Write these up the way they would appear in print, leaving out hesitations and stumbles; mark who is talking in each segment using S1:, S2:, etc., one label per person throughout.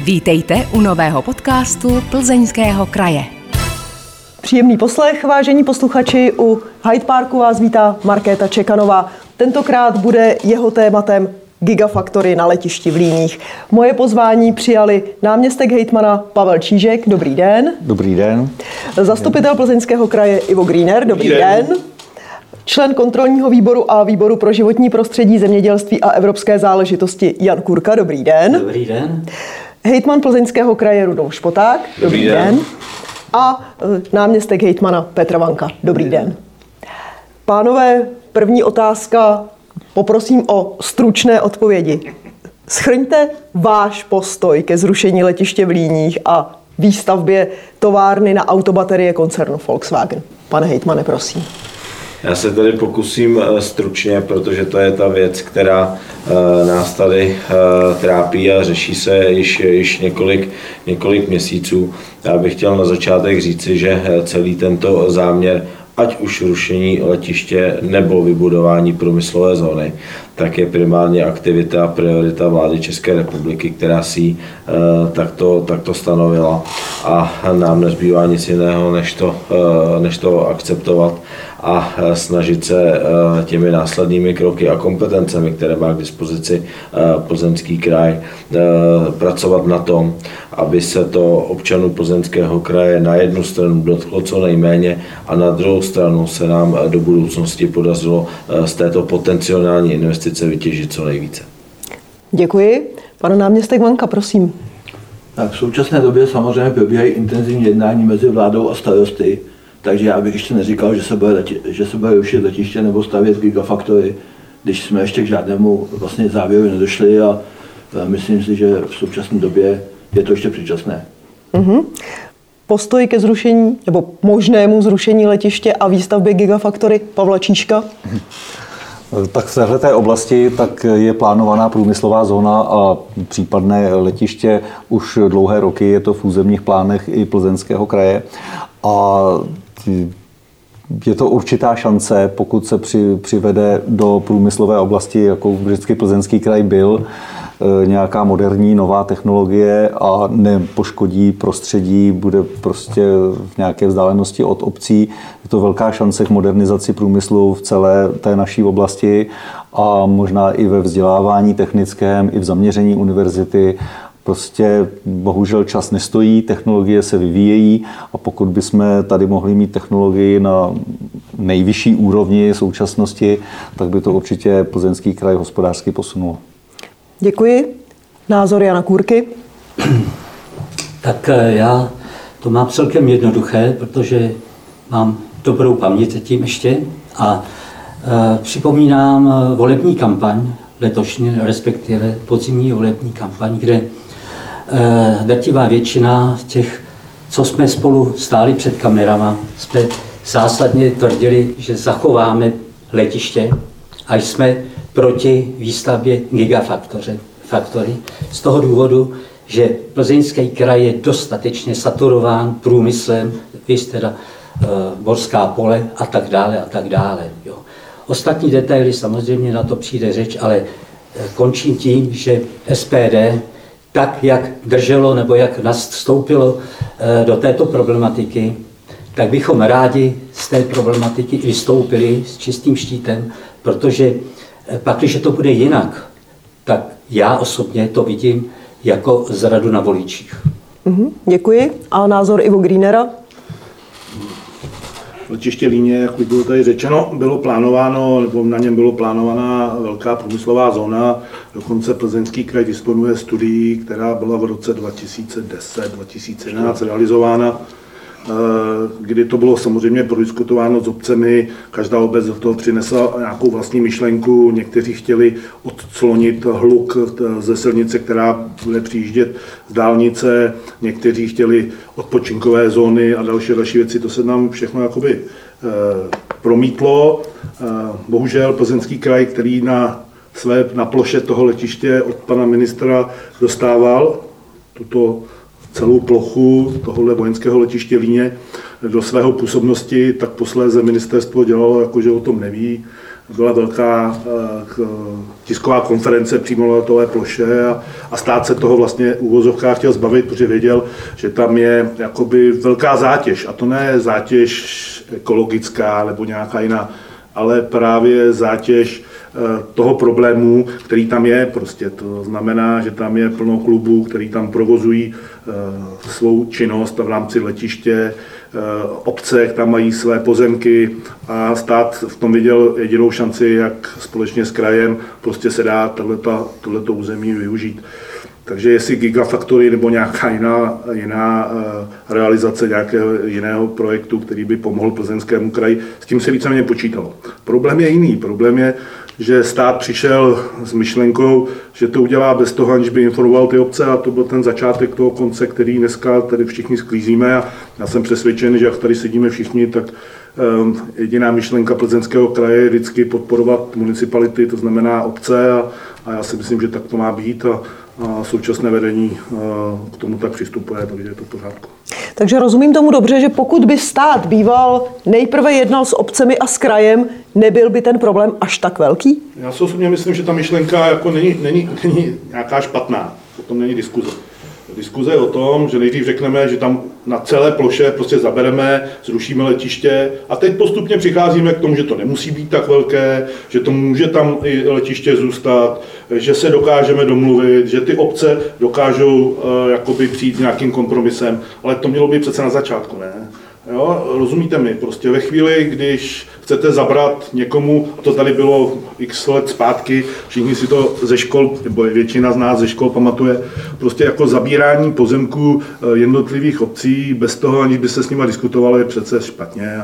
S1: Vítejte u nového podcastu Plzeňského kraje.
S2: Příjemný poslech, vážení posluchači, u Hyde Parku vás vítá Markéta Čekanová. Tentokrát bude jeho tématem Gigafactory na letišti v Líních. Moje pozvání přijali náměstek hejtmana Pavel Čížek. Dobrý den.
S3: Dobrý den.
S2: Zastupitel Plzeňského kraje Ivo Grüner. Dobrý den. Člen kontrolního výboru a výboru pro životní prostředí, zemědělství a evropské záležitosti Jan Kurka. Dobrý den.
S4: Dobrý den.
S2: Hejtman Plzeňského kraje Rudolf Špoták. Dobrý den. A náměstek hejtmana Petr Vanka. Dobrý den. Pánové, první otázka. Poprosím o stručné odpovědi. Shrňte váš postoj ke zrušení letiště v Líních a výstavbě továrny na autobaterie koncernu Volkswagen. Pane hejtmane, prosím.
S5: Já se tady pokusím stručně, protože to je ta věc, která nás tady trápí a řeší se již několik měsíců. Já bych chtěl na začátek říci, že celý tento záměr, ať už rušení letiště nebo vybudování průmyslové zóny, tak je primárně aktivita a priorita vlády České republiky, která si ji takto stanovila a nám nezbývá nic jiného, než to akceptovat a snažit se těmi následnými kroky a kompetencemi, které má k dispozici Plzeňský kraj, pracovat na tom, aby se to občanů Plzeňského kraje na jednu stranu dotklo co nejméně a na druhou stranu se nám do budoucnosti podařilo z této potenciální investice vytěžit co nejvíce.
S2: Děkuji. Pan náměstek Vanka, prosím.
S6: Tak v současné době samozřejmě probíhají intenzivní jednání mezi vládou a starosty, takže já bych ještě neříkal, že se bude rušit letiště nebo stavět gigafactory, když jsme ještě k žádnému vlastně závěru nedošli a myslím si, že v současné době je to ještě předčasné.
S2: Postoj ke zrušení nebo možnému zrušení letiště a výstavbě gigafactory Pavla Čížka?
S3: Tak v této oblasti tak je plánovaná průmyslová zóna a případné letiště už dlouhé roky, je to v územních plánech i Plzeňského kraje a je to určitá šance, pokud se přivede do průmyslové oblasti, jako vždycky Plzeňský kraj byl, nějaká moderní nová technologie a nepoškodí prostředí, bude prostě v nějaké vzdálenosti od obcí. Je to velká šance k modernizaci průmyslu v celé té naší oblasti a možná i ve vzdělávání technickém, i v zaměření univerzity. Prostě bohužel čas nestojí, technologie se vyvíjejí a pokud bychom tady mohli mít technologii na nejvyšší úrovni současnosti, tak by to určitě Plzeňský kraj hospodářsky posunulo.
S2: Děkuji. Názor Jana Kůrky?
S4: Tak já to mám celkem jednoduché, protože mám dobrou paměť tím ještě a připomínám volební kampaň letošní, respektive podzimní volební kampaň, kde drtivá většina těch, co jsme spolu stáli před kamerama, jsme zásadně tvrdili, že zachováme letiště a jsme proti výstavbě gigafactory z toho důvodu, že Plzeňský kraj je dostatečně saturován průmyslem, víš teda Borská pole a tak dále. Jo. Ostatní detaily samozřejmě na to přijde řeč, ale končím tím, že SPD tak, jak drželo nebo jak nastoupilo do této problematiky, tak bychom rádi z té problematiky vystoupili s čistým štítem, protože pak, když to bude jinak, tak já osobně to vidím jako zradu na voličích.
S2: Děkuji. A názor Ivo Grünera?
S7: Letiště Líně, jak bylo tady řečeno, bylo plánováno, nebo na něm bylo plánovaná velká průmyslová zóna. Dokonce Plzeňský kraj disponuje studií, která byla v roce 2010-2011 realizována, kdy to bylo samozřejmě prodiskutováno s obcemi, každá obec do toho přinesla nějakou vlastní myšlenku, někteří chtěli odclonit hluk ze silnice, která bude přijíždět z dálnice, někteří chtěli odpočinkové zóny a další věci, to se nám všechno jakoby promítlo. Bohužel Plzeňský kraj, který na ploše toho letiště od pana ministra dostával tuto celou plochu tohohle vojenského letiště Líně do svého působnosti, tak posléze ministerstvo dělalo, jako že o tom neví. byla velká tisková konference přímo na letové ploše a stát se toho vlastně v uvozovkách chtěl zbavit, protože věděl, že tam je jakoby velká zátěž. A to ne zátěž ekologická nebo nějaká jiná, ale právě zátěž toho problému, který tam je. Prostě to znamená, že tam je plno klubů, který tam provozují svou činnost v rámci letiště, obce, tam mají své pozemky a stát v tom viděl jedinou šanci, jak společně s krajem prostě se dá tohleto území využít. Takže jestli Gigafactory nebo nějaká jiná realizace nějakého jiného projektu, který by pomohl Plzeňskému kraji, s tím se víceméně počítalo. Problém je jiný. Problém je, že stát přišel s myšlenkou, že to udělá bez toho, aniž by informoval ty obce, a to byl ten začátek toho konce, který dneska tady všichni sklízíme, a já jsem přesvědčen, že jak tady sedíme všichni, tak jediná myšlenka Plzeňského kraje je vždycky podporovat municipality, to znamená obce, a já si myslím, že tak to má být a současné vedení k tomu tak přistupuje, takže je to v pořádku.
S2: Takže rozumím tomu dobře, že pokud by stát býval nejprve jednal s obcemi a s krajem, nebyl by ten problém až tak velký?
S7: Já si osobně myslím, že ta myšlenka jako není nějaká špatná, o tom není diskuze. Diskuze je o tom, že nejdřív řekneme, že tam na celé ploše prostě zabereme, zrušíme letiště a teď postupně přicházíme k tomu, že to nemusí být tak velké, že to může tam i letiště zůstat, že se dokážeme domluvit, že ty obce dokážou jakoby přijít s nějakým kompromisem, ale to mělo být přece na začátku, ne? Jo, rozumíte mi, prostě ve chvíli, když chcete zabrat někomu, a to tady bylo x let zpátky, všichni si to ze škol, nebo většina z nás ze škol pamatuje, prostě jako zabírání pozemků jednotlivých obcí bez toho, aniž by se s nima diskutovalo, je přece špatně.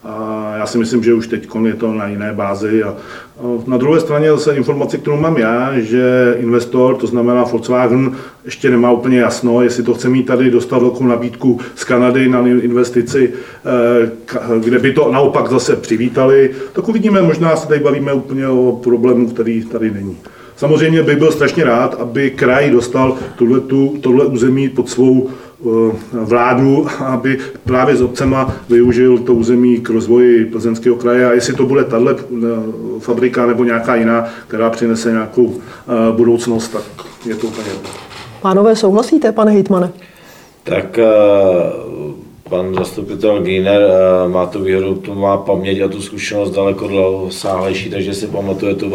S7: A já si myslím, že už teď je to na jiné bázi. A na druhé straně zase informace, kterou mám já, že investor, to znamená Volkswagen, ještě nemá úplně jasno, jestli to chce mít tady, dostat velkou nabídku z Kanady na investici, kde by to naopak zase přivítali. Tak uvidíme, možná se tady bavíme úplně o problému, který tady není. Samozřejmě bych byl strašně rád, aby kraj dostal tohle území pod svou vládu, aby právě s obcema využil to území k rozvoji Plzeňského kraje, a jestli to bude tahle fabrika nebo nějaká jiná, která přinese nějakou budoucnost, tak je to úplně jedno.
S2: Pánové, souhlasíte, pane hejtmane?
S5: Tak pan zastupitel Giner má tu výhodu, tu má paměť a tu zkušenost daleko dlouhosáhlejší, takže si pamatuje tu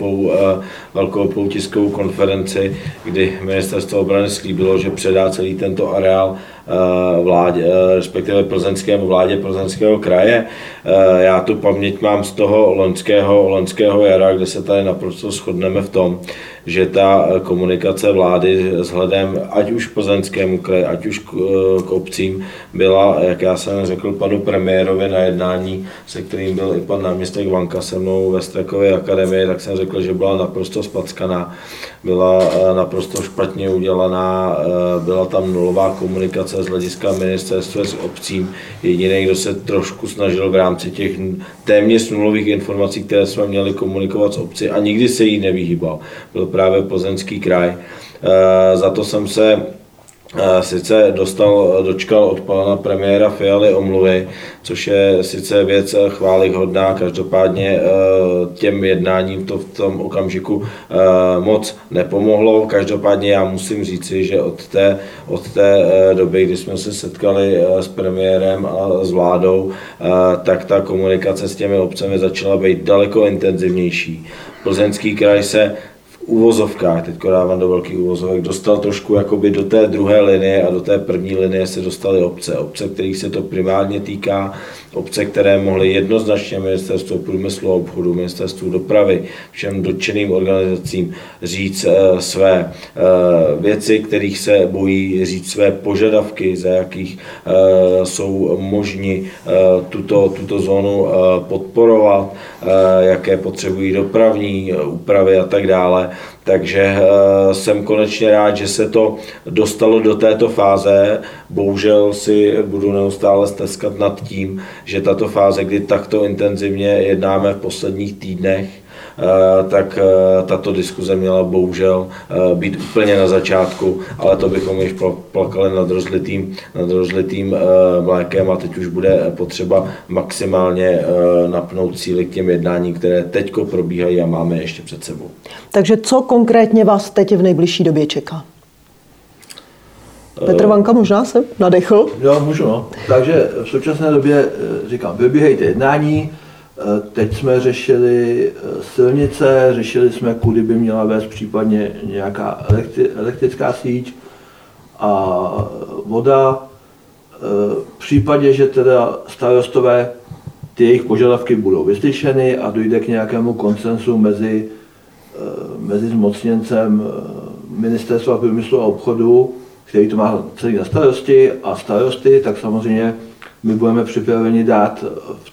S5: velkolepou tiskovou konferenci, kdy ministerstvo obrany slíbilo, že předá celý tento areál vládě, respektive plzeňskému vládě Plzeňského kraje. Já tu paměť mám z toho loňského jara, kde se tady naprosto shodneme v tom, že ta komunikace vlády vzhledem ať už k Plzeňskému kraji, ať už k obcím byla, jak já jsem řekl panu premiérovi na jednání, se kterým byl i pan náměstek Vanka se mnou ve Strakově akademii, tak jsem řekl, že byla naprosto spackaná, byla naprosto špatně udělaná, byla tam nulová komunikace z hlediska ministerstva s obcím. Jediný, kdo se trošku snažil v rámci těch téměř nulových informací, které jsme měli komunikovat s obcí, a nikdy se jí nevyhýbal, byl právě Plzeňský kraj. Za to jsem se sice dočkal od pana premiéra Fialy omluvy, což je sice věc chvályhodná, každopádně těm jednáním to v tom okamžiku moc nepomohlo. Každopádně já musím říci, že od té doby, kdy jsme se setkali s premiérem a s vládou, tak ta komunikace s těmi obcemi začala být daleko intenzivnější. Plzeňský kraj se uvozovkách, teď dávám do velkých uvozovek, dostal trošku jakoby do té druhé linie, a do té první linie se dostaly obce, kterých se to primárně týká, obce, které mohly jednoznačně ministerstvo průmyslu a obchodu, ministerstvu dopravy, všem dotčeným organizacím říct své věci, kterých se bojí, říct své požadavky, za jakých jsou možni tuto zónu podporovat, jaké potřebují dopravní úpravy a tak dále. Takže jsem konečně rád, že se to dostalo do této fáze. Bohužel si budu neustále steskat nad tím, že tato fáze, kdy takto intenzivně jednáme v posledních týdnech, tak tato diskuze měla bohužel být úplně na začátku, ale to bychom již plakali nad rozlitým mlékem a teď už bude potřeba maximálně napnout síly k těm jednáním, které teďko probíhají a máme ještě před sebou.
S2: Takže co konkrétně vás teď v nejbližší době čeká? Petr Vanka možná se nadechl?
S6: Jo, můžu. No. Takže v současné době, říkám, vybíhají ty jednání. Teď jsme řešili silnice, řešili jsme, kudy by měla vést případně nějaká elektrická síť a voda. V případě, že teda starostové ty jejich požadavky budou vyslyšeny a dojde k nějakému konsensu mezi zmocněncem Ministerstva průmyslu a obchodu, který to má celý na starosti, a starosty, tak samozřejmě my budeme připraveni dát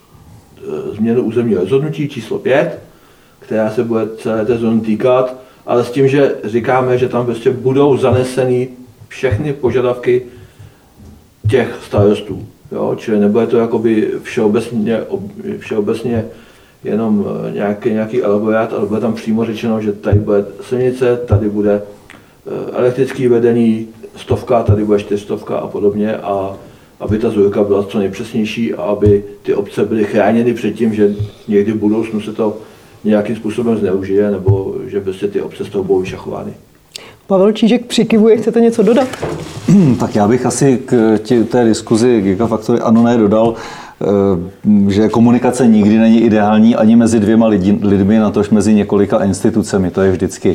S6: změnu územního rozhodnutí číslo 5, která se bude celé té zóny týkat, ale s tím, že říkáme, že tam prostě budou zaneseny všechny požadavky těch starostů. Jo? Čili nebude to jakoby všeobecně jenom nějaký elaborát, ale bude tam přímo řečeno, že tady bude silnice, tady bude elektrické vedení 100, tady bude 400 a podobně, a aby ta zůrka byla co nejpřesnější a aby ty obce byly chráněny před tím, že někdy v budoucnu se to nějakým způsobem zneužije, nebo že prostě ty obce z toho budou vyšachovány.
S2: Pavel Čížek přikivuje, chcete něco dodat?
S3: Tak já bych asi k té diskuzi Gigafactory ano ne dodal, že komunikace nikdy není ideální ani mezi dvěma lidmi, natož mezi několika institucemi, to je vždycky.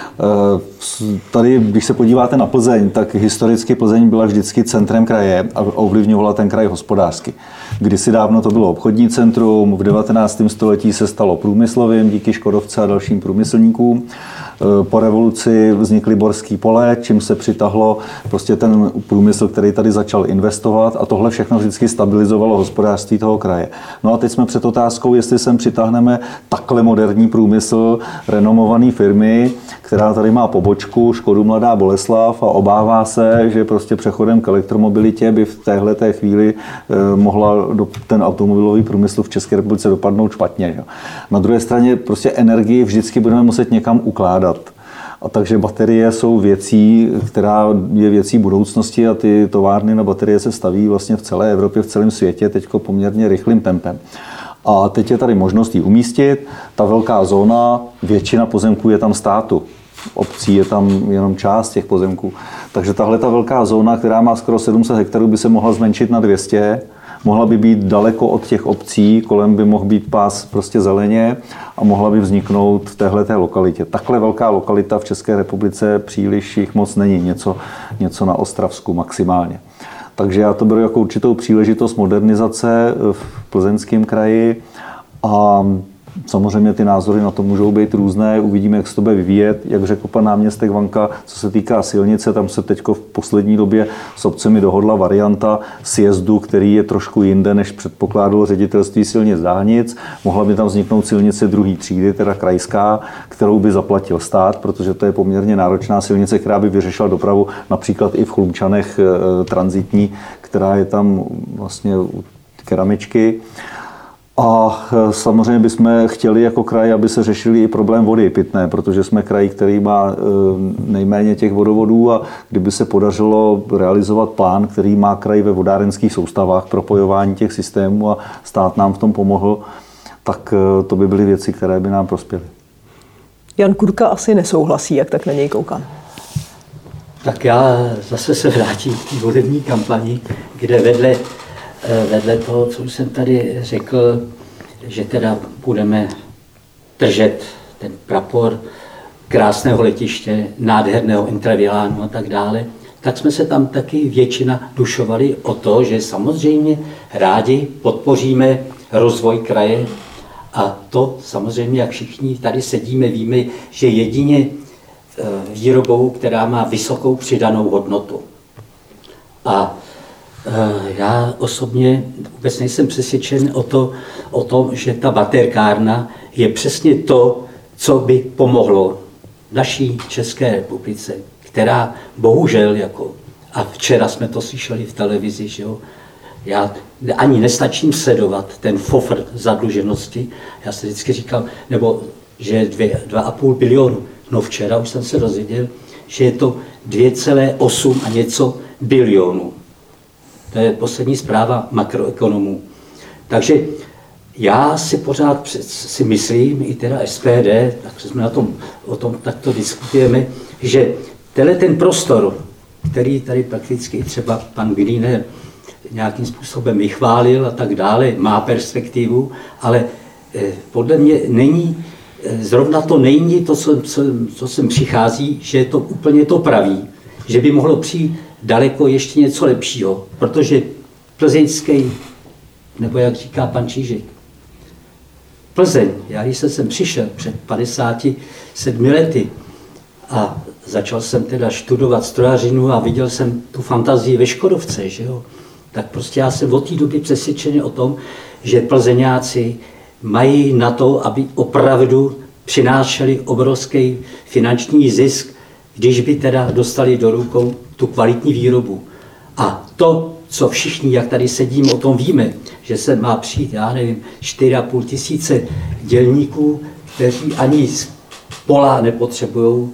S3: Tady, když se podíváte na Plzeň, tak historicky Plzeň byla vždycky centrem kraje a ovlivňovala ten kraj hospodářsky. Kdysi dávno to bylo obchodní centrum, v 19. století se stalo průmyslovým díky Škodovce a dalším průmyslníkům. Po revoluci vznikly Borský pole, čím se přitahlo prostě ten průmysl, který tady začal investovat, a tohle všechno vždycky stabilizovalo hospodářství toho kraje. No a teď jsme před otázkou, jestli sem přitáhneme takhle moderní průmysl, renomované firmy, která tady má pobočku Škodu Mladá Boleslav, a obává se, že prostě přechodem k elektromobilitě by v téhleté chvíli mohla ten automobilový průmysl v České republice dopadnout špatně. Že? Na druhé straně prostě energii vždycky budeme muset někam ukládat. A takže baterie jsou věcí, která je věcí budoucnosti, a ty továrny na baterie se staví vlastně v celé Evropě, v celém světě teďko poměrně rychlým tempem. A teď je tady možnost ji umístit. Ta velká zóna, většina pozemků je tam státu. Obcí je tam jenom část těch pozemků. Takže tahle ta velká zóna, která má skoro 700 hektarů, by se mohla zmenšit na 200. Mohla by být daleko od těch obcí, kolem by mohl být pás prostě zeleně a mohla by vzniknout v téhleté lokalitě. Takhle velká lokalita v České republice příliš jich moc není, něco na Ostravsku maximálně. Takže já to beru jako určitou příležitost modernizace v Plzeňském kraji a samozřejmě ty názory na to můžou být různé, uvidíme, jak se to bude vyvíjet. Jak řekl pan náměstek Vanka, co se týká silnice, tam se teď v poslední době s obcemi dohodla varianta sjezdu, který je trošku jinde, než předpokládalo ředitelství silnic dálnic. Mohla by tam vzniknout silnice druhé třídy, teda krajská, kterou by zaplatil stát, protože to je poměrně náročná silnice, která by vyřešila dopravu například i v Chlumčanech tranzitní, která je tam vlastně u Keramičky. A samozřejmě bychom chtěli jako kraj, aby se řešili i problém vody pitné, protože jsme kraj, který má nejméně těch vodovodů, a kdyby se podařilo realizovat plán, který má kraj ve vodárenských soustavách, propojování těch systémů, a stát nám v tom pomohl, tak to by byly věci, které by nám prospěly.
S2: Jan Kurka asi nesouhlasí, jak tak na něj koukám.
S4: Tak já zase se vrátím k té volební kampani, kde vedle toho, co jsem tady řekl, že teda budeme držet ten prapor krásného letiště, nádherného Intravilánu a tak dále, tak jsme se tam taky většina dušovali o to, že samozřejmě rádi podpoříme rozvoj kraje, a to samozřejmě, jak všichni tady sedíme, víme, že jedině výrobou, která má vysokou přidanou hodnotu. A já osobně vůbec nejsem přesvědčen o tom, že ta baterkárna je přesně to, co by pomohlo naší České republice, která bohužel, a včera jsme to slyšeli v televizi, že jo, já ani nestačím sledovat ten fofr zadluženosti. Já si vždycky říkal, nebo že je 2,5 bilionu. No včera už jsem se dozvěděl, že je to 2,8 a něco bilionů. To je poslední zpráva makroekonomů. Takže já si pořád si myslím, i teda SPD, takže jsme o tom takto diskutujeme, že ten prostor, který tady prakticky třeba pan Grüner nějakým způsobem vychválil a tak dále, má perspektivu, ale podle mě není, zrovna to není to, co sem přichází, že je to úplně to pravý, že by mohlo přijít daleko ještě něco lepšího, protože plzeňský, nebo jak říká pan Čížek, Plzeň, já když jsem sem přišel před 57 lety a začal jsem teda studovat strojařinu a viděl jsem tu fantazii ve Škodovce, že jo? Tak prostě já jsem od té doby přesvědčený o tom, že Plzeňáci mají na to, aby opravdu přinášeli obrovský finanční zisk, když by teda dostali do rukou tu kvalitní výrobu. A to, co všichni, jak tady sedíme, o tom víme, že se má přijít, já nevím, 4,5 tisíce dělníků, kteří ani z pola nepotřebují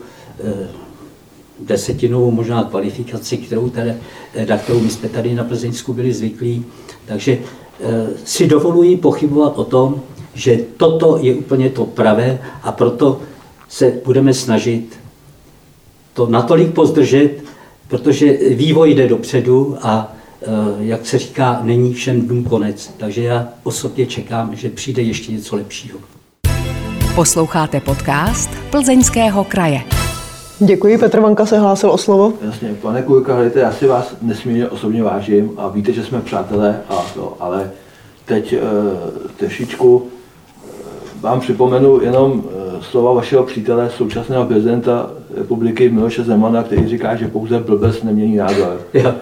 S4: desetinovou možná kvalifikaci, kterou my jsme tady na Plzeňsku byli zvyklí. Takže si dovoluji pochybovat o tom, že toto je úplně to pravé a proto se budeme snažit to natolik pozdržet, protože vývoj jde dopředu a jak se říká, není všem dnům konec. Takže já osobně čekám, že přijde ještě něco lepšího.
S1: Posloucháte podcast Plzeňského kraje.
S2: Děkuji, Petr Vanka se hlásil o slovo.
S6: Jasně, pane Kujka, hledajte, já si vás nesmírně osobně vážím a víte, že jsme přátelé, ale teď trošičku vám připomenu jenom slova vašeho přítele, současného prezidenta republiky Miloše Zemana, který říká, že pouze blbec nemění názor.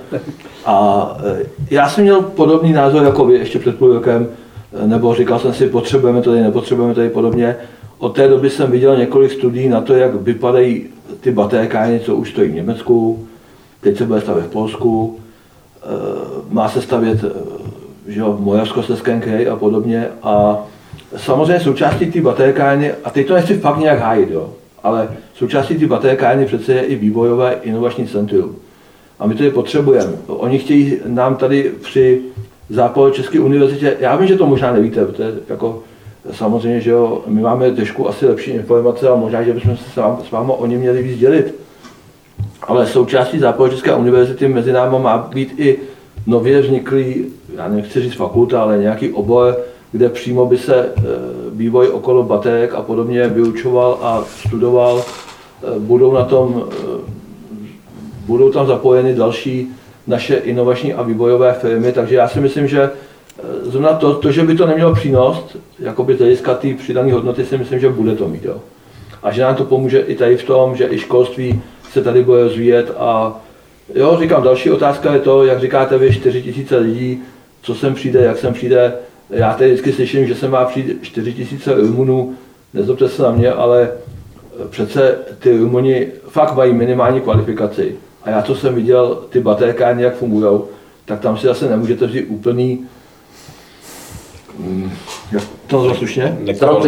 S6: A já jsem měl podobný názor jako vy ještě před půl rokem, nebo říkal jsem si, potřebujeme tady, nepotřebujeme tady podobně. Od té doby jsem viděl několik studií na to, jak vypadají ty batékárny, co už stojí v Německu, teď se bude stavět v Polsku, má se stavět v Moravskoslezském kraji a podobně. A samozřejmě součástí té batékárny, a teď to nechci fakt nějak hájit, ale součástí té batékárny přece je i vývojové inovační centrum. A my to je potřebujeme. Oni chtějí nám tady při Západočeské univerzitě, já vím, že to možná nevíte, protože jako samozřejmě, že jo, my máme trošku asi lepší informace a možná, že bychom se s vámi o ně měli víc dělit. Ale součástí Západočeské univerzity mezi námi má být i nově vzniklý, já nechci říct fakulta, ale nějaký obor, kde přímo by se vývoj okolo baterek a podobně vyučoval a studoval. Budou tam zapojeny další naše inovační a vývojové firmy, takže já si myslím, že zrovna to, že by to nemělo přínos, jakoby z hlediska té přidané hodnoty, si myslím, že bude to mít. Jo. A že nám to pomůže i tady v tom, že i školství se tady bude rozvíjet. A jo, říkám, další otázka je to, jak říkáte vy, 4 000 lidí, co sem přijde, jak sem přijde. Já tady vždycky slyším, že se má přijít 4 000 Rumunů, nezlobte se na mě, ale přece ty Rumuni fakt mají minimální kvalifikaci. A já, co jsem viděl, ty baterkárny, jak fungují, tak tam si zase nemůžete vzít úplný, jak to nazvat slušně?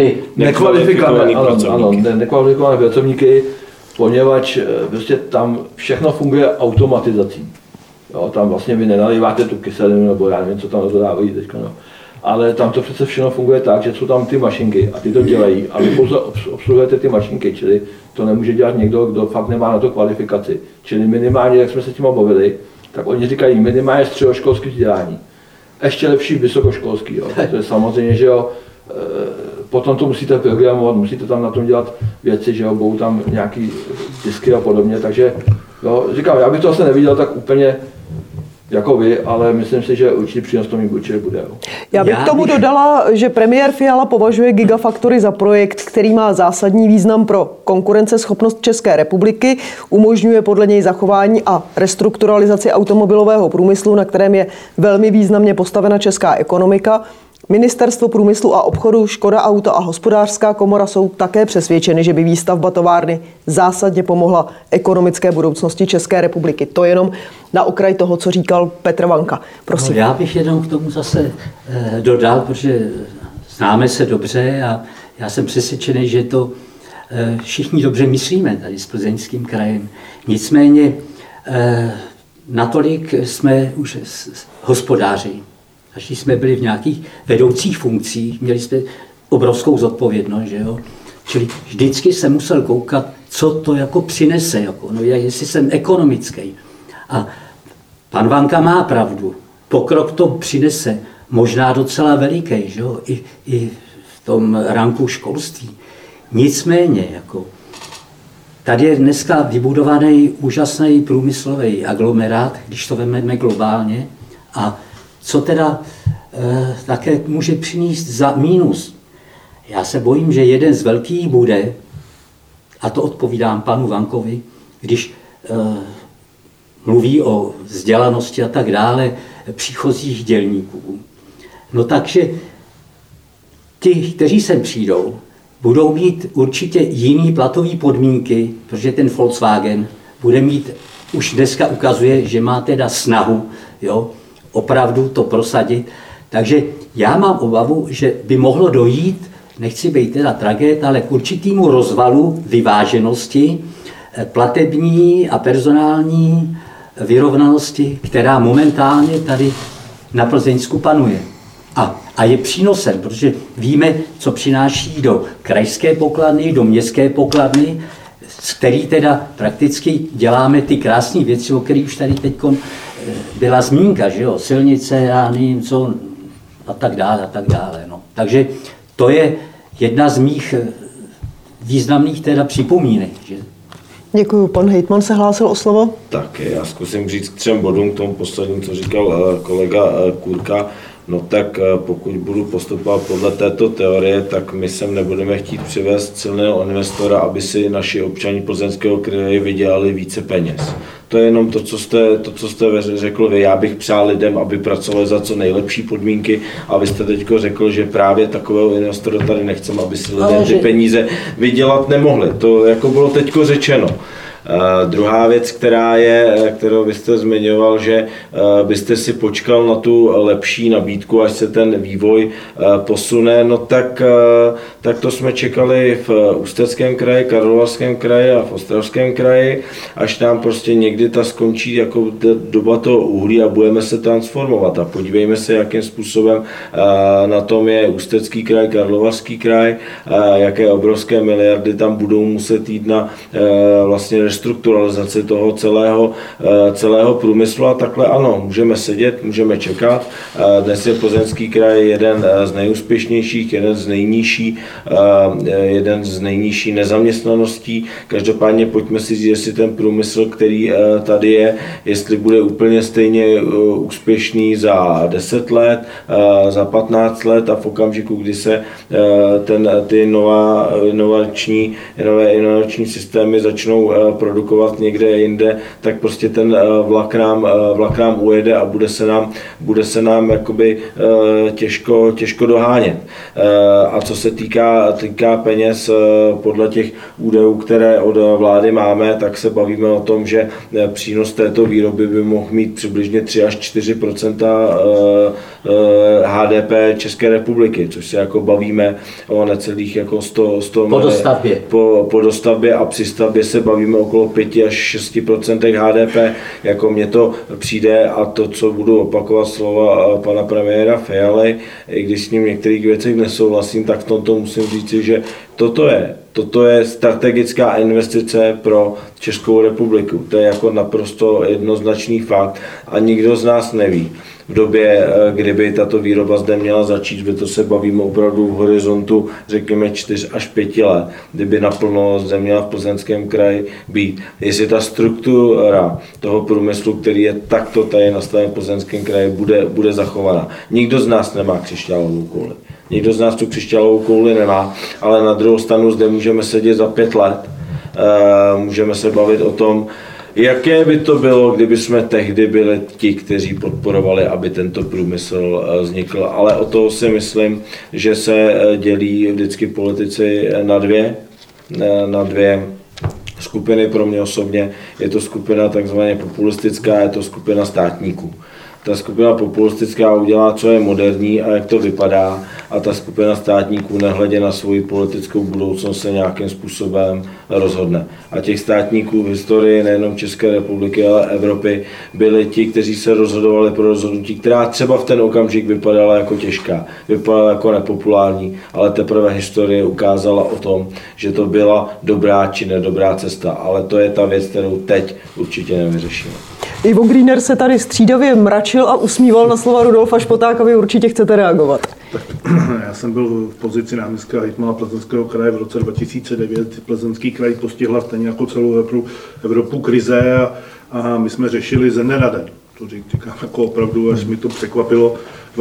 S6: Nekvalifikované pracovníky, poněvadž prostě tam všechno funguje automatizací. Jo, tam vlastně vy nenalíváte tu kyselinu, nebo já nevím, co tam dodávají teďka. No. Ale tam to přece všechno funguje tak, že jsou tam ty mašinky a ty to dělají a vy pouze obsluhujete ty mašinky, čili to nemůže dělat někdo, kdo fakt nemá na to kvalifikaci. Čili minimálně, jak jsme se tím bavili, tak oni říkají minimálně středoškolské vzdělání. Ještě lepší vysokoškolský. Jo. To je samozřejmě, že jo, potom to musíte programovat, musíte tam na tom dělat věci, že jo, budou tam nějaký disky a podobně, takže jo, říkám, já bych to asi neviděl tak úplně jako vy, ale myslím si, že určitý přínos to mít určitě bude.
S2: Já bych k tomu dodala, že premiér Fiala považuje Gigafactory za projekt, který má zásadní význam pro konkurenceschopnost České republiky, umožňuje podle něj zachování a restrukturalizaci automobilového průmyslu, na kterém je velmi významně postavena česká ekonomika. Ministerstvo průmyslu a obchodu, Škoda Auto a Hospodářská komora jsou také přesvědčeny, že by výstavba továrny zásadně pomohla ekonomické budoucnosti České republiky. To jenom na okraj toho, co říkal Petr Vanka. Prosím.
S4: No, já bych jenom k tomu zase dodal, protože známe se dobře a Já jsem přesvědčený, že to všichni dobře myslíme tady s Plzeňským krajem. Nicméně natolik jsme už hospodáři. Až jsme byli v nějakých vedoucích funkcích, měli jsme obrovskou zodpovědnost, že jo? Čili vždycky jsem musel koukat, co to jako přinese, jako, no, jestli jsem ekonomický. A pan Vanka má pravdu. Pokrok to přinese možná docela veliký, že jo? I v tom ranku školství. Nicméně, jako, tady je dneska vybudovaný úžasný průmyslový aglomerát, když to vezmeme globálně, a co teda také může přinést za mínus. Já se bojím, že jeden z velkých bude, a to odpovídám panu Vankovi, když mluví o vzdělanosti a tak dále příchozích dělníků. No takže ti, kteří sem přijdou, budou mít určitě jiný platové podmínky, protože ten Volkswagen bude mít, už dneska ukazuje, že má teda snahu, jo, opravdu to prosadit. Takže já mám obavu, že by mohlo dojít, nechci být teda tragéd, ale k určitému rozvalu vyváženosti, platební a personální vyrovnanosti, která momentálně tady na Plzeňsku panuje. A je přínosem, protože víme, co přináší do krajské pokladny, do městské pokladny, z který teda prakticky děláme ty krásné věci, o kterých už tady teď byla zmínka, že jo, silnice, já nevím co, a tak dále. No. Takže to je jedna z mých významných teda připomínek. Že?
S2: Děkuju. Pan hejtman se hlásil o slovo.
S5: Tak, já zkusím říct k 3 bodům, k tomu posledním, co říkal kolega Kůrka. No tak pokud budu postupovat podle této teorie, tak my sem nebudeme chtít přivést silného investora, aby si naši občani Plzeňského kraje vydělali více peněz. To je jenom to, co jste řekl vy. Já bych přál lidem, aby pracovali za co nejlepší podmínky, a vy jste teď řekl, že právě takového investora tady nechceme, aby si lidé ty peníze vydělat nemohli. To jako bylo teďko řečeno. Druhá věc, kterou byste zmiňoval, že byste si počkal na tu lepší nabídku, až se ten vývoj posune, no tak to jsme čekali v Ústeckém kraji, Karlovarském kraji a v Ostravském kraji, až nám prostě někdy ta skončí jako doba toho uhlí a budeme se transformovat. A podívejme se, jakým způsobem na tom je Ústecký kraj, Karlovarský kraj, jaké obrovské miliardy tam budou muset jít na vlastně restrukturalizaci toho celého průmyslu, a takhle ano, můžeme sedět, můžeme čekat. Dnes je Plzeňský kraj jeden z nejúspěšnějších, jeden z nejnižší nezaměstnaností. Každopádně pojďme si říct, jestli ten průmysl, který tady je, jestli bude úplně stejně úspěšný za 10 let, za 15 let, a v okamžiku, kdy se ty nové inovační systémy začnou produkovat někde jinde, tak prostě ten vlak nám ujede a bude se nám jakoby těžko dohánět. A co se týká peněz, podle těch údajů, které od vlády máme, tak se bavíme o tom, že přínos této výroby by mohl mít přibližně 3 až 4 % HDP České republiky, což se jako bavíme o necelých jako 100 po dostavbě, a při stavbě se bavíme okolo 5 až 6 % HDP. Jako mně to přijde, a to, co budu opakovat slova pana premiéra Fialy, i když s ním v některých věcech nesouhlasím, tak v tomto musím říct, že toto je strategická investice pro Českou republiku. To je jako naprosto jednoznačný fakt a nikdo z nás neví. V době, kdyby tato výroba zde měla začít, by to se bavíme opravdu v horizontu, řekněme 4 až 5 let, kdyby naplno zde měla v Plzeňském kraji být. Jestli ta struktura toho průmyslu, který je takto tady nastaven v Plzeňském kraji, bude zachovaná. Nikdo z nás nemá křišťálovou kouli. Nikdo z nás tu křišťálovou kouli nemá, ale na druhou stranu zde můžeme sedět za 5 let, můžeme se bavit o tom, jaké by to bylo, kdyby jsme tehdy byli ti, kteří podporovali, aby tento průmysl vznikl. Ale o toho si myslím, že se dělí vždycky politici na dvě skupiny. Pro mě osobně je to skupina takzvaně populistická, je to skupina státníků. Ta skupina populistická udělá, co je moderní a jak to vypadá, a ta skupina státníků nehledě na svoji politickou budoucnost se nějakým způsobem rozhodne. A těch státníků v historii nejenom České republiky, ale Evropy byli ti, kteří se rozhodovali pro rozhodnutí, která třeba v ten okamžik vypadala jako těžká, vypadala jako nepopulární, ale teprve historie ukázala o tom, že to byla dobrá či nedobrá cesta, ale to je ta věc, kterou teď určitě nevyřešíme.
S2: Ivo Grüner se tady střídavě mračil a usmíval na slova Rudolfa Špotáka, vy určitě chcete reagovat.
S7: Tak, já jsem byl v pozici náměstka hejtmana Plzeňského kraje v roce 2009. Plzeňský kraj postihla stejně jako celou Evropu krize a my jsme řešili ze dne na den. To říkám jako opravdu, až mi to překvapilo,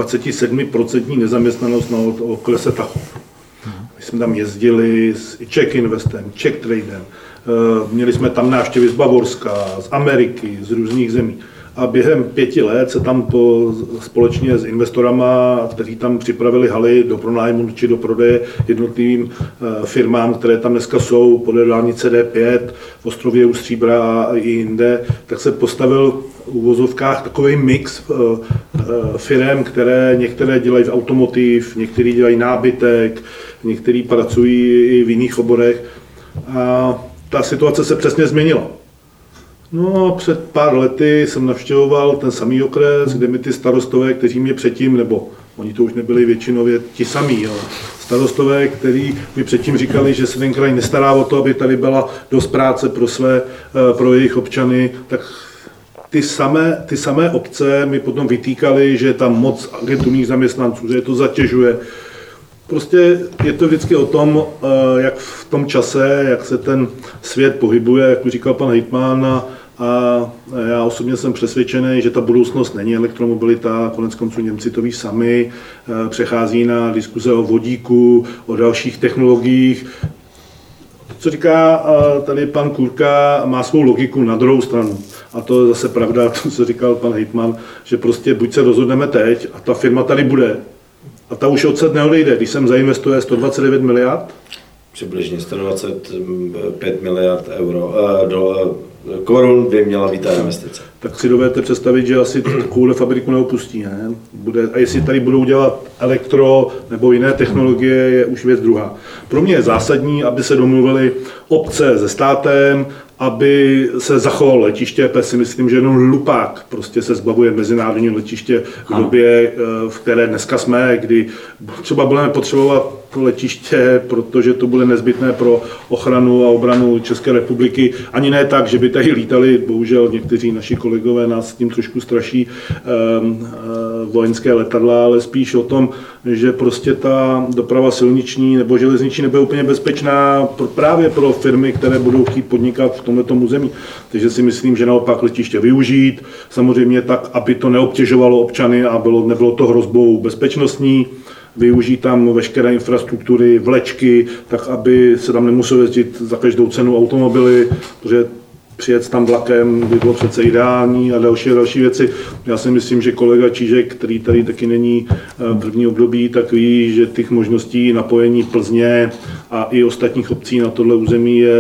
S7: 27% nezaměstnanost na okrese Tachov. My jsme tam jezdili s Czech Investem, Czech Tradem, měli jsme tam návštěvy z Bavorska, z Ameriky, z různých zemí. A během 5 let se tam společně s investorama, kteří tam připravili haly do pronájmu či do prodeje jednotlivým firmám, které tam dneska jsou, podle dálnice D5, v Ostrově u Stříbra a i jinde, tak se postavil v uvozovkách takový mix firem, které některé dělají v automotiv, některý dělají nábytek, některý pracují i v jiných oborech. A ta situace se přesně změnila. No, před pár lety jsem navštěvoval ten samý okres, kde mi ty starostové, kteří mě předtím, nebo oni to už nebyli většinově ti samí, ale starostové, kteří mi předtím říkali, že se ten kraj nestará o to, aby tady byla dost práce pro jejich občany, tak ty samé obce mi potom vytýkali, že je tam moc agenturních zaměstnanců, že je to zatěžuje. Prostě je to vždycky o tom, jak v tom čase, jak se ten svět pohybuje, jak už říkal pan hejtman, a já osobně jsem přesvědčený, že ta budoucnost není elektromobilita, koneckonců Němci to ví sami, přechází na diskuze o vodíku, o dalších technologiích. Co říká tady pan Kůrka, má svou logiku na druhou stranu. A to je zase pravda, to, co říkal pan hejtman, že prostě buď se rozhodneme teď a ta firma tady bude, a ta už odsud neodejde, když sem zainvestuje 129 miliard.
S5: Přibližně 125 miliard korun by měla být ta investice.
S7: Tak si dovedete představit, že asi takovou fabriku neopustí. Ne? A jestli tady budou dělat elektro nebo jiné technologie, je už věc druhá. Pro mě je zásadní, aby se domluvili obce se státem, aby se zachovalo letiště, protože si myslím, že jenom hlupák prostě se zbavuje mezinárodní letiště v době, v které dneska jsme, kdy třeba budeme potřebovat letiště, protože to bude nezbytné pro ochranu a obranu České republiky. Ani ne tak, že by tady lítali, bohužel někteří naši kolegové nás s tím trošku straší, vojenské letadla, ale spíš o tom, že prostě ta doprava silniční nebo železniční nebude úplně bezpečná právě pro firmy, které budou chtít podnikat v tomto území. Takže si myslím, že naopak letiště využít, samozřejmě tak, aby to neobtěžovalo občany a nebylo to hrozbou bezpečnostní, využít tam veškeré infrastruktury, vlečky, tak aby se tam nemuselo jezdit za každou cenu automobily, protože přijet tam vlakem by bylo přece ideální a další věci. Já si myslím, že kolega Čížek, který tady taky není první období, tak ví, že těch možností napojení Plzně a i ostatních obcí na tohle území je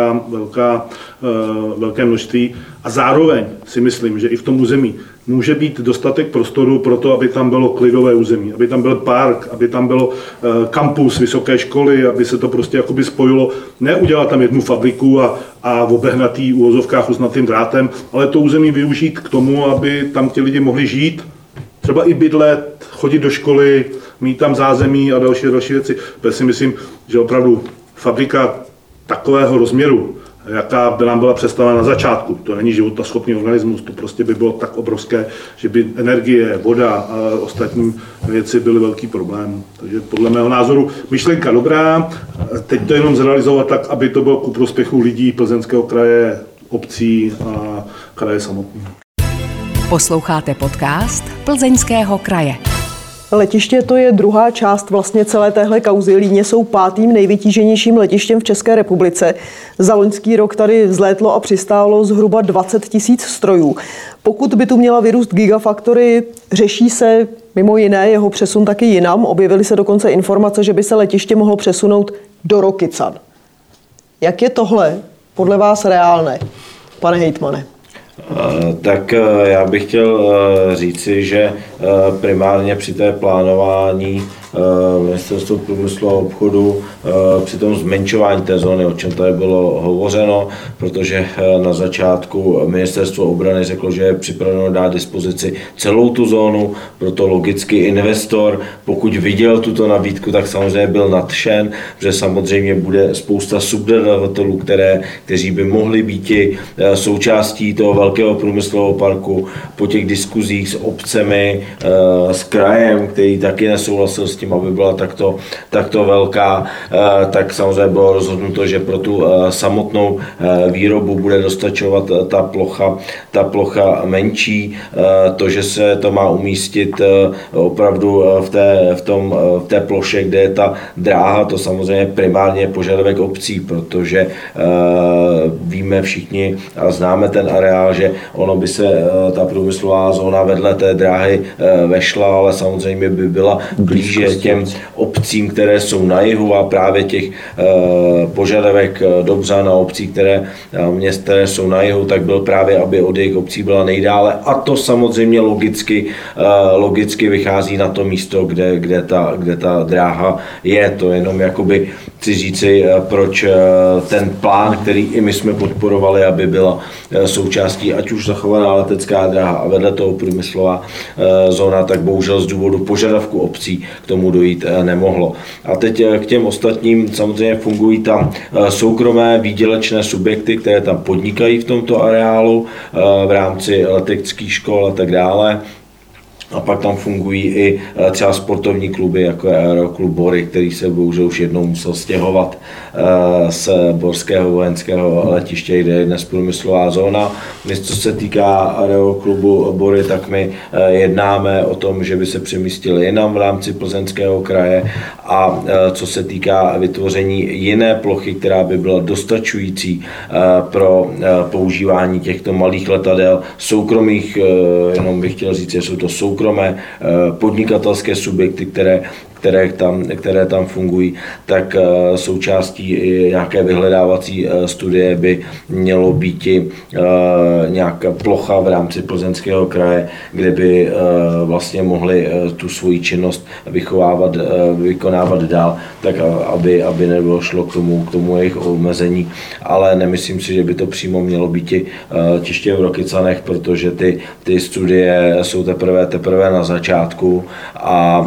S7: velké množství. A zároveň si myslím, že i v tom území může být dostatek prostoru pro to, aby tam bylo klidové území, aby tam byl park, aby tam bylo kampus vysoké školy, aby se to prostě jakoby spojilo. Neudělat tam jednu fabriku a obehnatý uvozovkách usnatým drátem, ale to území využít k tomu, aby tam ti lidi mohli žít, třeba i bydlet, chodit do školy, mít tam zázemí a další věci. Protože si myslím, že opravdu fabrika takového rozměru, jaká by nám byla představena na začátku. To není životaschopný organismus, to prostě by bylo tak obrovské, že by energie, voda a ostatní věci byly velký problém. Takže podle mého názoru myšlenka dobrá, teď to jenom zrealizovat tak, aby to bylo ku prospěchu lidí Plzeňského kraje, obcí a kraje samotného.
S1: Posloucháte podcast Plzeňského kraje.
S2: Letiště to je druhá část vlastně celé téhle kauzy. Líně jsou 5. nejvytíženějším letištěm v České republice. Za loňský rok tady vzlétlo a přistálo zhruba 20 000 strojů. Pokud by tu měla vyrůst Gigafactory, řeší se mimo jiné jeho přesun taky jinam. Objevily se dokonce informace, že by se letiště mohlo přesunout do Rokycan. Jak je tohle podle vás reálné, pane hejtmane?
S5: Tak já bych chtěl říci, že primárně při té plánování Ministerstvo průmyslu a obchodu při tom zmenšování té zóny, o čem tady bylo hovořeno, protože na začátku Ministerstvo obrany řeklo, že je připraveno dát dispozici celou tu zónu, proto logicky investor, pokud viděl tuto nabídku, tak samozřejmě byl nadšen, že samozřejmě bude spousta subdodavatelů, kteří by mohli být součástí toho velkého průmyslového parku. Po těch diskuzích s obcemi, s krajem, který taky nesouhlasil s tím, aby byla takto velká, tak samozřejmě bylo rozhodnuto, že pro tu samotnou výrobu bude dostačovat ta plocha menší. To, že se to má umístit opravdu v té ploše, kde je ta dráha, to samozřejmě primárně je požadavek obcí, protože víme všichni a známe ten areál, že ono by se ta průmyslová zóna vedle té dráhy vešla, ale samozřejmě by byla blíže těm obcím, které jsou na jihu a právě těch požadavek Dobřan a obcí, měst, které jsou na jihu, tak byl právě, aby od jejich obcí byla nejdále a to samozřejmě logicky vychází na to místo, kde ta dráha je. To jenom jakoby chci říci, proč ten plán, který i my jsme podporovali, aby byla součástí ať už zachovaná letecká dráha a vedle toho průmyslová zóna, tak bohužel z důvodu požadavku obcí k tomu dojít nemohlo. A teď k těm ostatním samozřejmě fungují tam soukromé výdělečné subjekty, které tam podnikají v tomto areálu v rámci leteckých škol a tak dále. A pak tam fungují i třeba sportovní kluby, jako je Aeroklub Bory, který se bohužel už jednou musel stěhovat z Borského vojenského letiště, kde je dnes průmyslová zóna. Co se týká Aeroklubu Bory, tak my jednáme o tom, že by se přemístili jinam v rámci Plzeňského kraje a co se týká vytvoření jiné plochy, která by byla dostačující pro používání těchto malých letadel soukromých, jenom bych chtěl říct, že jsou to soukromé podnikatelské subjekty, které tam fungují, tak součástí nějaké vyhledávací studie by mělo být nějaká plocha v rámci Plzeňského kraje, kde by vlastně mohli tu svoji činnost vykonávat dál, tak aby nedošlo k tomu jejich omezení. Ale nemyslím si, že by to přímo mělo být čiště v Rokycanech, protože ty studie jsou teprve na začátku a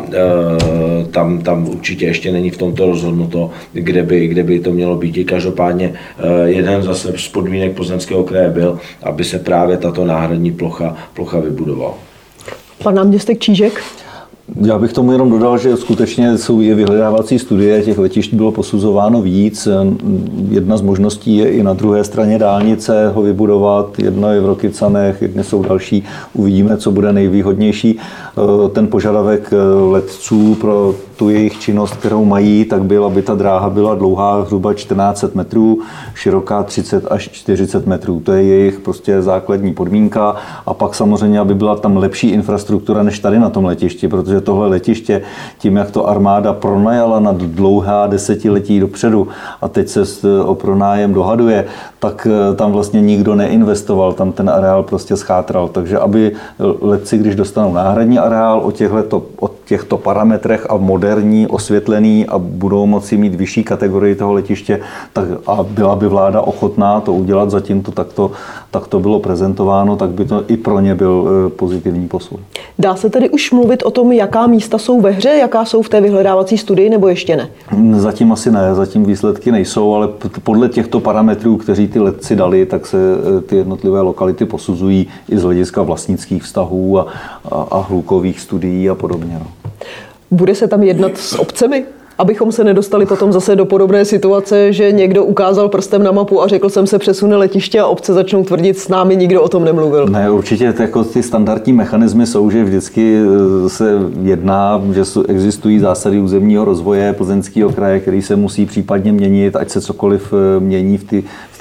S5: tam určitě ještě není v tomto rozhodnuto, kde by to mělo být. Každopádně jeden zase z podmínek Plzeňského kraje byl, aby se právě tato náhradní plocha vybudovala.
S2: Pan náměstek Čížek?
S3: Já bych tomu jenom dodal, že skutečně jsou i vyhledávací studie, těch letišť bylo posuzováno víc. Jedna z možností je i na druhé straně dálnice ho vybudovat, jedno je v Rokycanech, jedny jsou další, uvidíme, co bude nejvýhodnější. Ten požadavek letců pro tu jejich činnost, kterou mají, tak byl, aby ta dráha byla dlouhá zhruba 1400 metrů, široká 30 až 40 metrů. To je jejich prostě základní podmínka. A pak samozřejmě, aby byla tam lepší infrastruktura než tady na tom letišti, protože tohle letiště, tím, jak to armáda pronajala na dlouhá desetiletí dopředu a teď se o pronájem dohaduje, tak tam vlastně nikdo neinvestoval, tam ten areál prostě schátral. Takže aby letci, když dostanou náhradní areál o těchto parametrech a moderní, osvětlený a budou moci mít vyšší kategorii toho letiště, tak a byla by vláda ochotná to udělat, zatím to takto bylo prezentováno, tak by to i pro ně byl pozitivní posun.
S2: Dá se tedy už mluvit o tom, jaká místa jsou ve hře, jaká jsou v té vyhledávací studii, nebo ještě ne?
S3: Zatím asi ne, zatím výsledky nejsou, ale podle těchto parametrů, kteří ty letci dali, tak se ty jednotlivé lokality posuzují i z hlediska vlastnických vztahů a hlukových studií a podobně. No.
S2: Bude se tam jednat s obcemi? Abychom se nedostali potom zase do podobné situace, že někdo ukázal prstem na mapu a řekl jsem se přesune letiště a obce začnou tvrdit, s námi nikdo o tom nemluvil.
S3: Ne, určitě jako ty standardní mechanismy jsou, že vždycky se jedná, že existují zásady územního rozvoje Plzeňského kraje, který se musí případně měnit, ať se cokoliv mění v té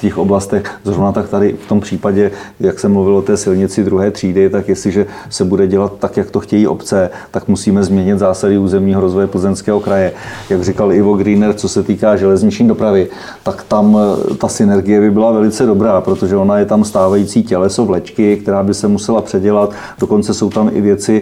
S3: těch oblastech. Zrovna tak tady v tom případě, jak jsem mluvil o té silnici druhé třídy, tak jestliže se bude dělat tak, jak to chtějí obce, tak musíme změnit zásady územního rozvoje Plzeňského kraje. Jak říkal Ivo Greener, co se týká železniční dopravy, tak tam ta synergie by byla velice dobrá, protože ona je tam stávající těleso vlečky, která by se musela předělat. Dokonce jsou tam i věci,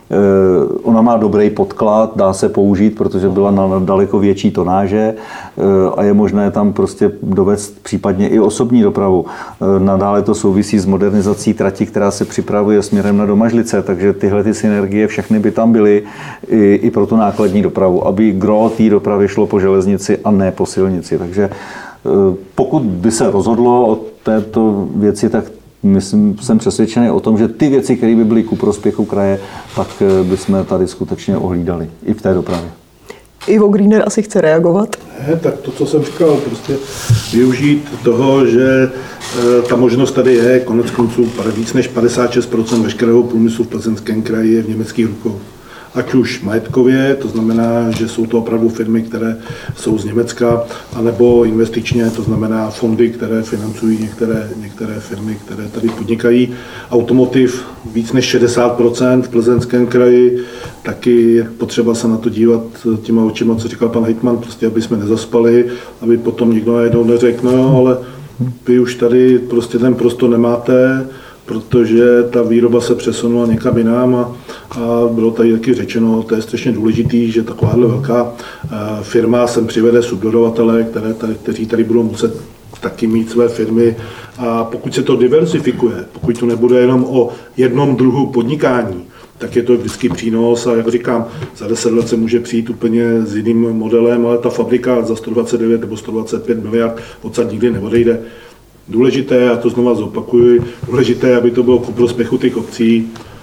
S3: ona má dobrý podklad, dá se použít, protože byla na daleko větší tonáže a je možné tam prostě dovést případně i osobní dopravu. Nadále to souvisí s modernizací trati, která se připravuje směrem na Domažlice, takže tyhle ty synergie všechny by tam byly i pro tu nákladní dopravu, aby gro té dopravy šlo po železnici a ne po silnici. Takže pokud by se rozhodlo o této věci, tak jsem přesvědčený o tom, že ty věci, které by byly ku prospěchu kraje, tak bychom tady skutečně ohlídali i v té dopravě.
S2: Ivo Greener asi chce reagovat.
S7: Tak to, co jsem říkal, prostě využít toho, že ta možnost tady je, konec konců víc než 56% veškerého průmyslu v Plzeňském kraji je v německých rukou. Ať už majetkově, to znamená, že jsou to opravdu firmy, které jsou z Německa, anebo investičně, to znamená fondy, které financují některé firmy, které tady podnikají. Automotiv víc než 60% v Plzeňském kraji, taky je potřeba se na to dívat těma očima, co říkal pan hejtman, prostě aby jsme nezaspali, aby potom nikdo najednou neřekl, no jo, ale vy už tady prostě ten prostor nemáte, protože ta výroba se přesunula někam jinam a bylo tady taky řečeno, to je strašně důležitý, že takováhle velká firma sem přivede subdodavatele, kteří tady budou muset taky mít své firmy a pokud se to diversifikuje, pokud to nebude jenom o jednom druhu podnikání, tak je to vždycky přínos a jak říkám, za 10 let se může přijít úplně s jiným modelem, ale ta fabrika za 129 nebo 125 miliard odsud nikdy neodejde. Důležité, a to znova zopakuju, důležité, aby to bylo ku prospěchu těch obcí.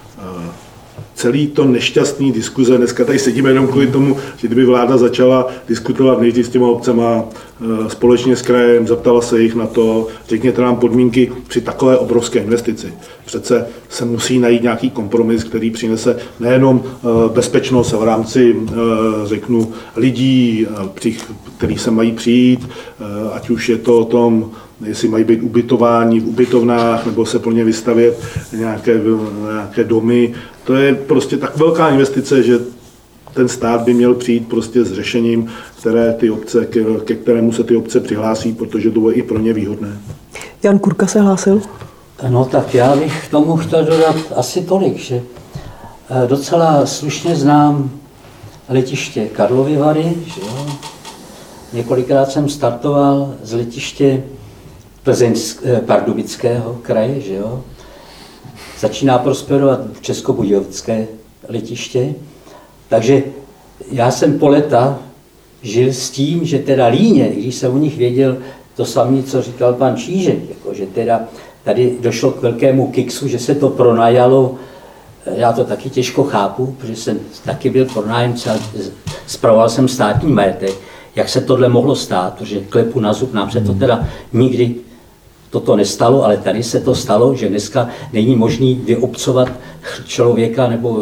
S7: Celý to nešťastný diskuze, dneska tady sedíme jenom kvůli tomu, že kdyby vláda začala diskutovat nejdřív s těma obcema společně s krajem, zeptala se jich na to, řekněte nám podmínky při takové obrovské investici. Přece se musí najít nějaký kompromis, který přinese nejenom bezpečnost v rámci, řeknu, lidí, kteří se mají přijít, ať už je to o tom, jestli mají být ubytováni v ubytovnách nebo se plně vystavět nějaké domy. To je prostě tak velká investice, že ten stát by měl přijít prostě s řešením, ke kterému se ty obce přihlásí, protože to bude i pro ně výhodné.
S2: Jan Kurka se hlásil.
S4: No tak já bych k tomu chtěl dodat asi tolik, že docela slušně znám letiště Karlovy Vary, že jo. Několikrát jsem startoval z letiště Pardubického kraje, že jo. Začíná prosperovat Českobudějovické letiště, takže já jsem po léta žil s tím, že teda Líně, když jsem o nich věděl to samé, co říkal pan Čížek, jako, že teda tady došlo k velkému kiksu, že se to pronajalo, já to taky těžko chápu, protože jsem taky byl pronájemce a spravoval jsem státní majetek, jak se tohle mohlo stát, protože klepu na zub, nám se to teda nikdy toto nestalo, ale tady se to stalo, že dneska není možný vyobcovat člověka nebo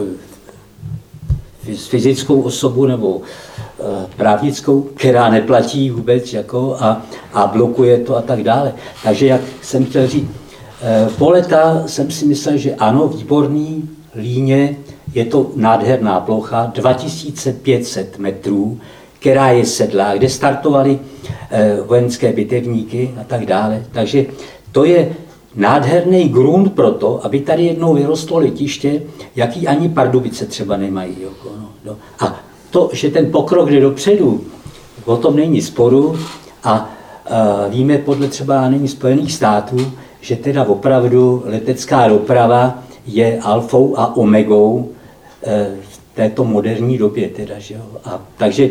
S4: fyzickou osobu nebo právnickou, která neplatí vůbec jako a blokuje to a tak dále. Takže jak jsem chtěl říct, po léta jsem si myslel, že ano, výborný, Líně, je to nádherná plocha, 2500 metrů, která je sedlá, kde startovaly vojenské bitevníky a tak dále. Takže to je nádherný grunt pro to, aby tady jednou vyrostlo letiště, jaký ani Pardubice třeba nemají. A to, že ten pokrok jde dopředu, o tom není sporu a víme podle třeba nyní Spojených států, že teda opravdu letecká doprava je alfou a omegou v této moderní době. Teda, že jo? Takže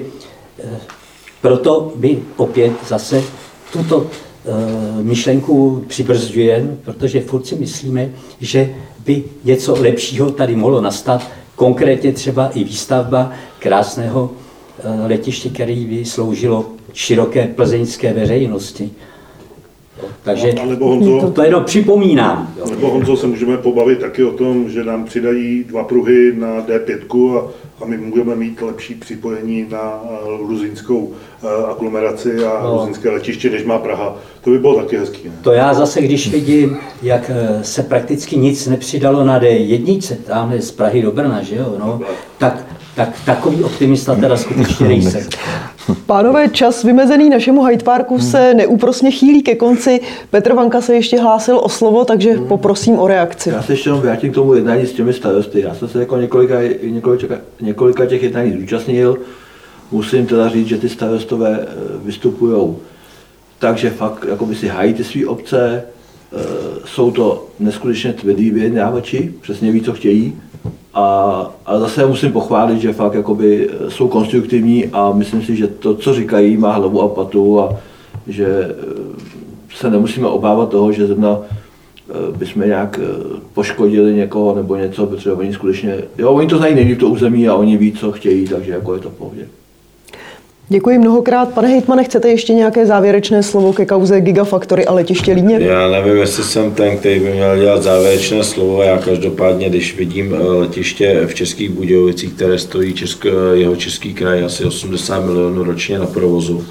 S4: proto my opět zase tuto myšlenku přibrzďujeme, protože furt si myslíme, že by něco lepšího tady mohlo nastat, konkrétně třeba i výstavba krásného letiště, který by sloužilo široké plzeňské veřejnosti. Takže
S7: nebo Honzo,
S4: to jenom připomínám. Jo.
S7: Nebo Honzo, se můžeme pobavit taky o tom, že nám přidají 2 pruhy na D5 a my můžeme mít lepší připojení na ruzyňskou aglomeraci a ruzyňské letiště, než má Praha. To by bylo taky hezký. Ne?
S4: To já zase, když vidím, jak se prakticky nic nepřidalo na D1, tamhle z Prahy do Brna, že jo, no, tak takový optimista teda skutečně nejsem.
S2: Pánové, čas vymezený našemu Hyde Parku se neúprosně chýlí ke konci. Petr Vanka se ještě hlásil o slovo, takže poprosím o reakci.
S6: Já se ještě vrátím k tomu jednání s těmi starosty. Já jsem se jako několika těch jednání zúčastnil. Musím teda říct, že ty starostové vystupují tak, že fakt jakoby si hájí ty své obce. Jsou to neskutečně tvrdí vyjednávači, přesně ví, co chtějí. A zase musím pochválit, že fakt jakoby jsou konstruktivní a myslím si, že to, co říkají, má hlavu a patu a že se nemusíme obávat toho, že zrovna bychom nějak poškodili někoho nebo něco, protože oni skutečně, jo, oni to znají nejlíp to území a oni ví, co chtějí, takže jako je to v pohodě.
S2: Děkuji mnohokrát. Pane hejtmane, chcete ještě nějaké závěrečné slovo ke kauze Gigafactory a letiště Líně?
S5: Já nevím, jestli jsem ten, který by měl dělat závěrečné slovo. Já každopádně, když vidím letiště v Českých Budějovicích, které stojí jeho český kraj asi 80 milionů ročně na provozu,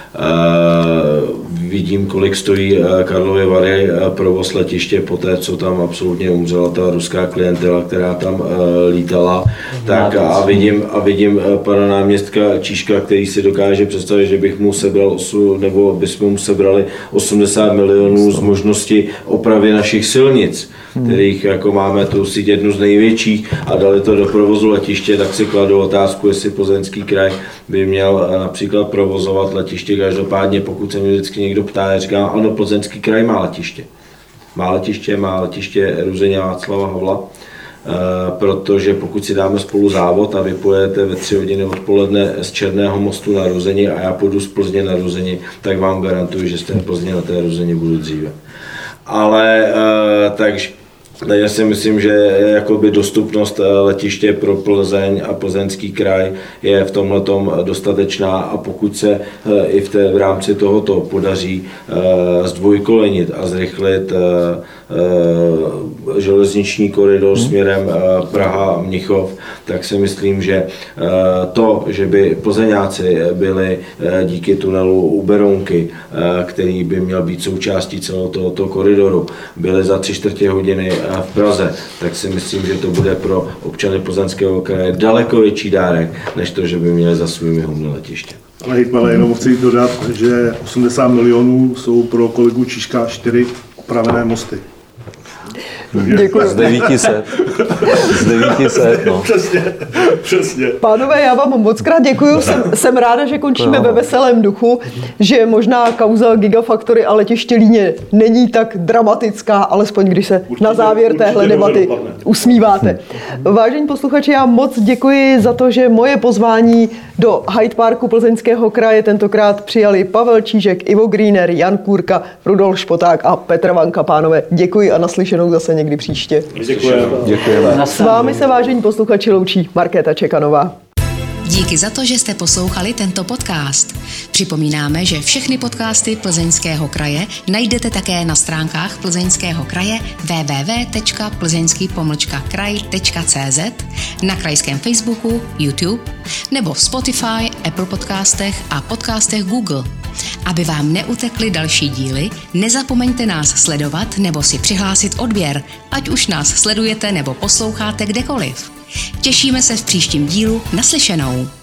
S5: vidím, kolik stojí Karlovy Vary provoz letiště po té, co tam absolutně umřela ta ruská klientela, která tam lítala, tak a vidím pana náměstka Číška, který si dokáže představit, že bych mu sebral nebo bychom mu sebrali 80 milionů z možnosti opravy našich silnic, kterých jako máme tu síť jednu z největších a dali to do provozu letiště, tak si kladu otázku, jestli Plzeňský kraj by měl například provozovat letiště. Každopádně, pokud se mě vždycky někdo ptá, já říkám, ano, Plzeňský kraj má letiště. Má letiště Ruzyně Václava Havla, protože pokud si dáme spolu závod a vy pojedete ve 3 hodiny odpoledne z Černého Mostu na Ruzyni a já půjdu z Plzně na Ruzyni, tak vám garantuji, že z té Plzně na té Ruzyni budu dříve. Ale takže já si myslím, že jakoby dostupnost letiště pro Plzeň a Plzeňský kraj je v tomhletom dostatečná a pokud se i v rámci tohoto podaří zdvojkolenit a zrychlit železniční koridor směrem Praha-Mnichov, tak si myslím, že to, že by Plzeňáci byli díky tunelu u Berounky, který by měl být součástí celého tohoto koridoru, byli za 3/4 hodiny v Praze, tak si myslím, že to bude pro občany Plzeňského kraje daleko větší dárek, než to, že by měli za svými humny letiště.
S7: Ale hejtmane, jenom chci dodat, že 80 milionů jsou pro kolegu Číška 4 opravené mosty.
S2: Děkuji.
S3: Z 900. No.
S7: Přesně.
S2: Pánové, já vám moc krát děkuju. Jsem ráda, že končíme ve veselém duchu, že možná kauza Gigafactory a letiště Líně není tak dramatická, alespoň když se na závěr téhle debaty usmíváte. Vážení posluchači, já moc děkuji za to, že moje pozvání do Hyde Parku Plzeňského kraje tentokrát přijali Pavel Čížek, Ivo Greener, Jan Kůrka, Rudolf Špoták a Petr Vanka. Pánové, děkuji a naslyšenou zase někdy příště.
S3: Děkujeme.
S2: S vámi se, vážení posluchači, loučí Markéta Čekanová.
S1: Díky za to, že jste poslouchali tento podcast. Připomínáme, že všechny podcasty Plzeňského kraje najdete také na stránkách Plzeňského kraje www.plzeňský-kraj.cz, na krajském Facebooku, YouTube nebo v Spotify, Apple podcastech a podcastech Google. Aby vám neutekly další díly, nezapomeňte nás sledovat nebo si přihlásit odběr, ať už nás sledujete nebo posloucháte kdekoliv. Těšíme se v příštím dílu. Naslyšenou.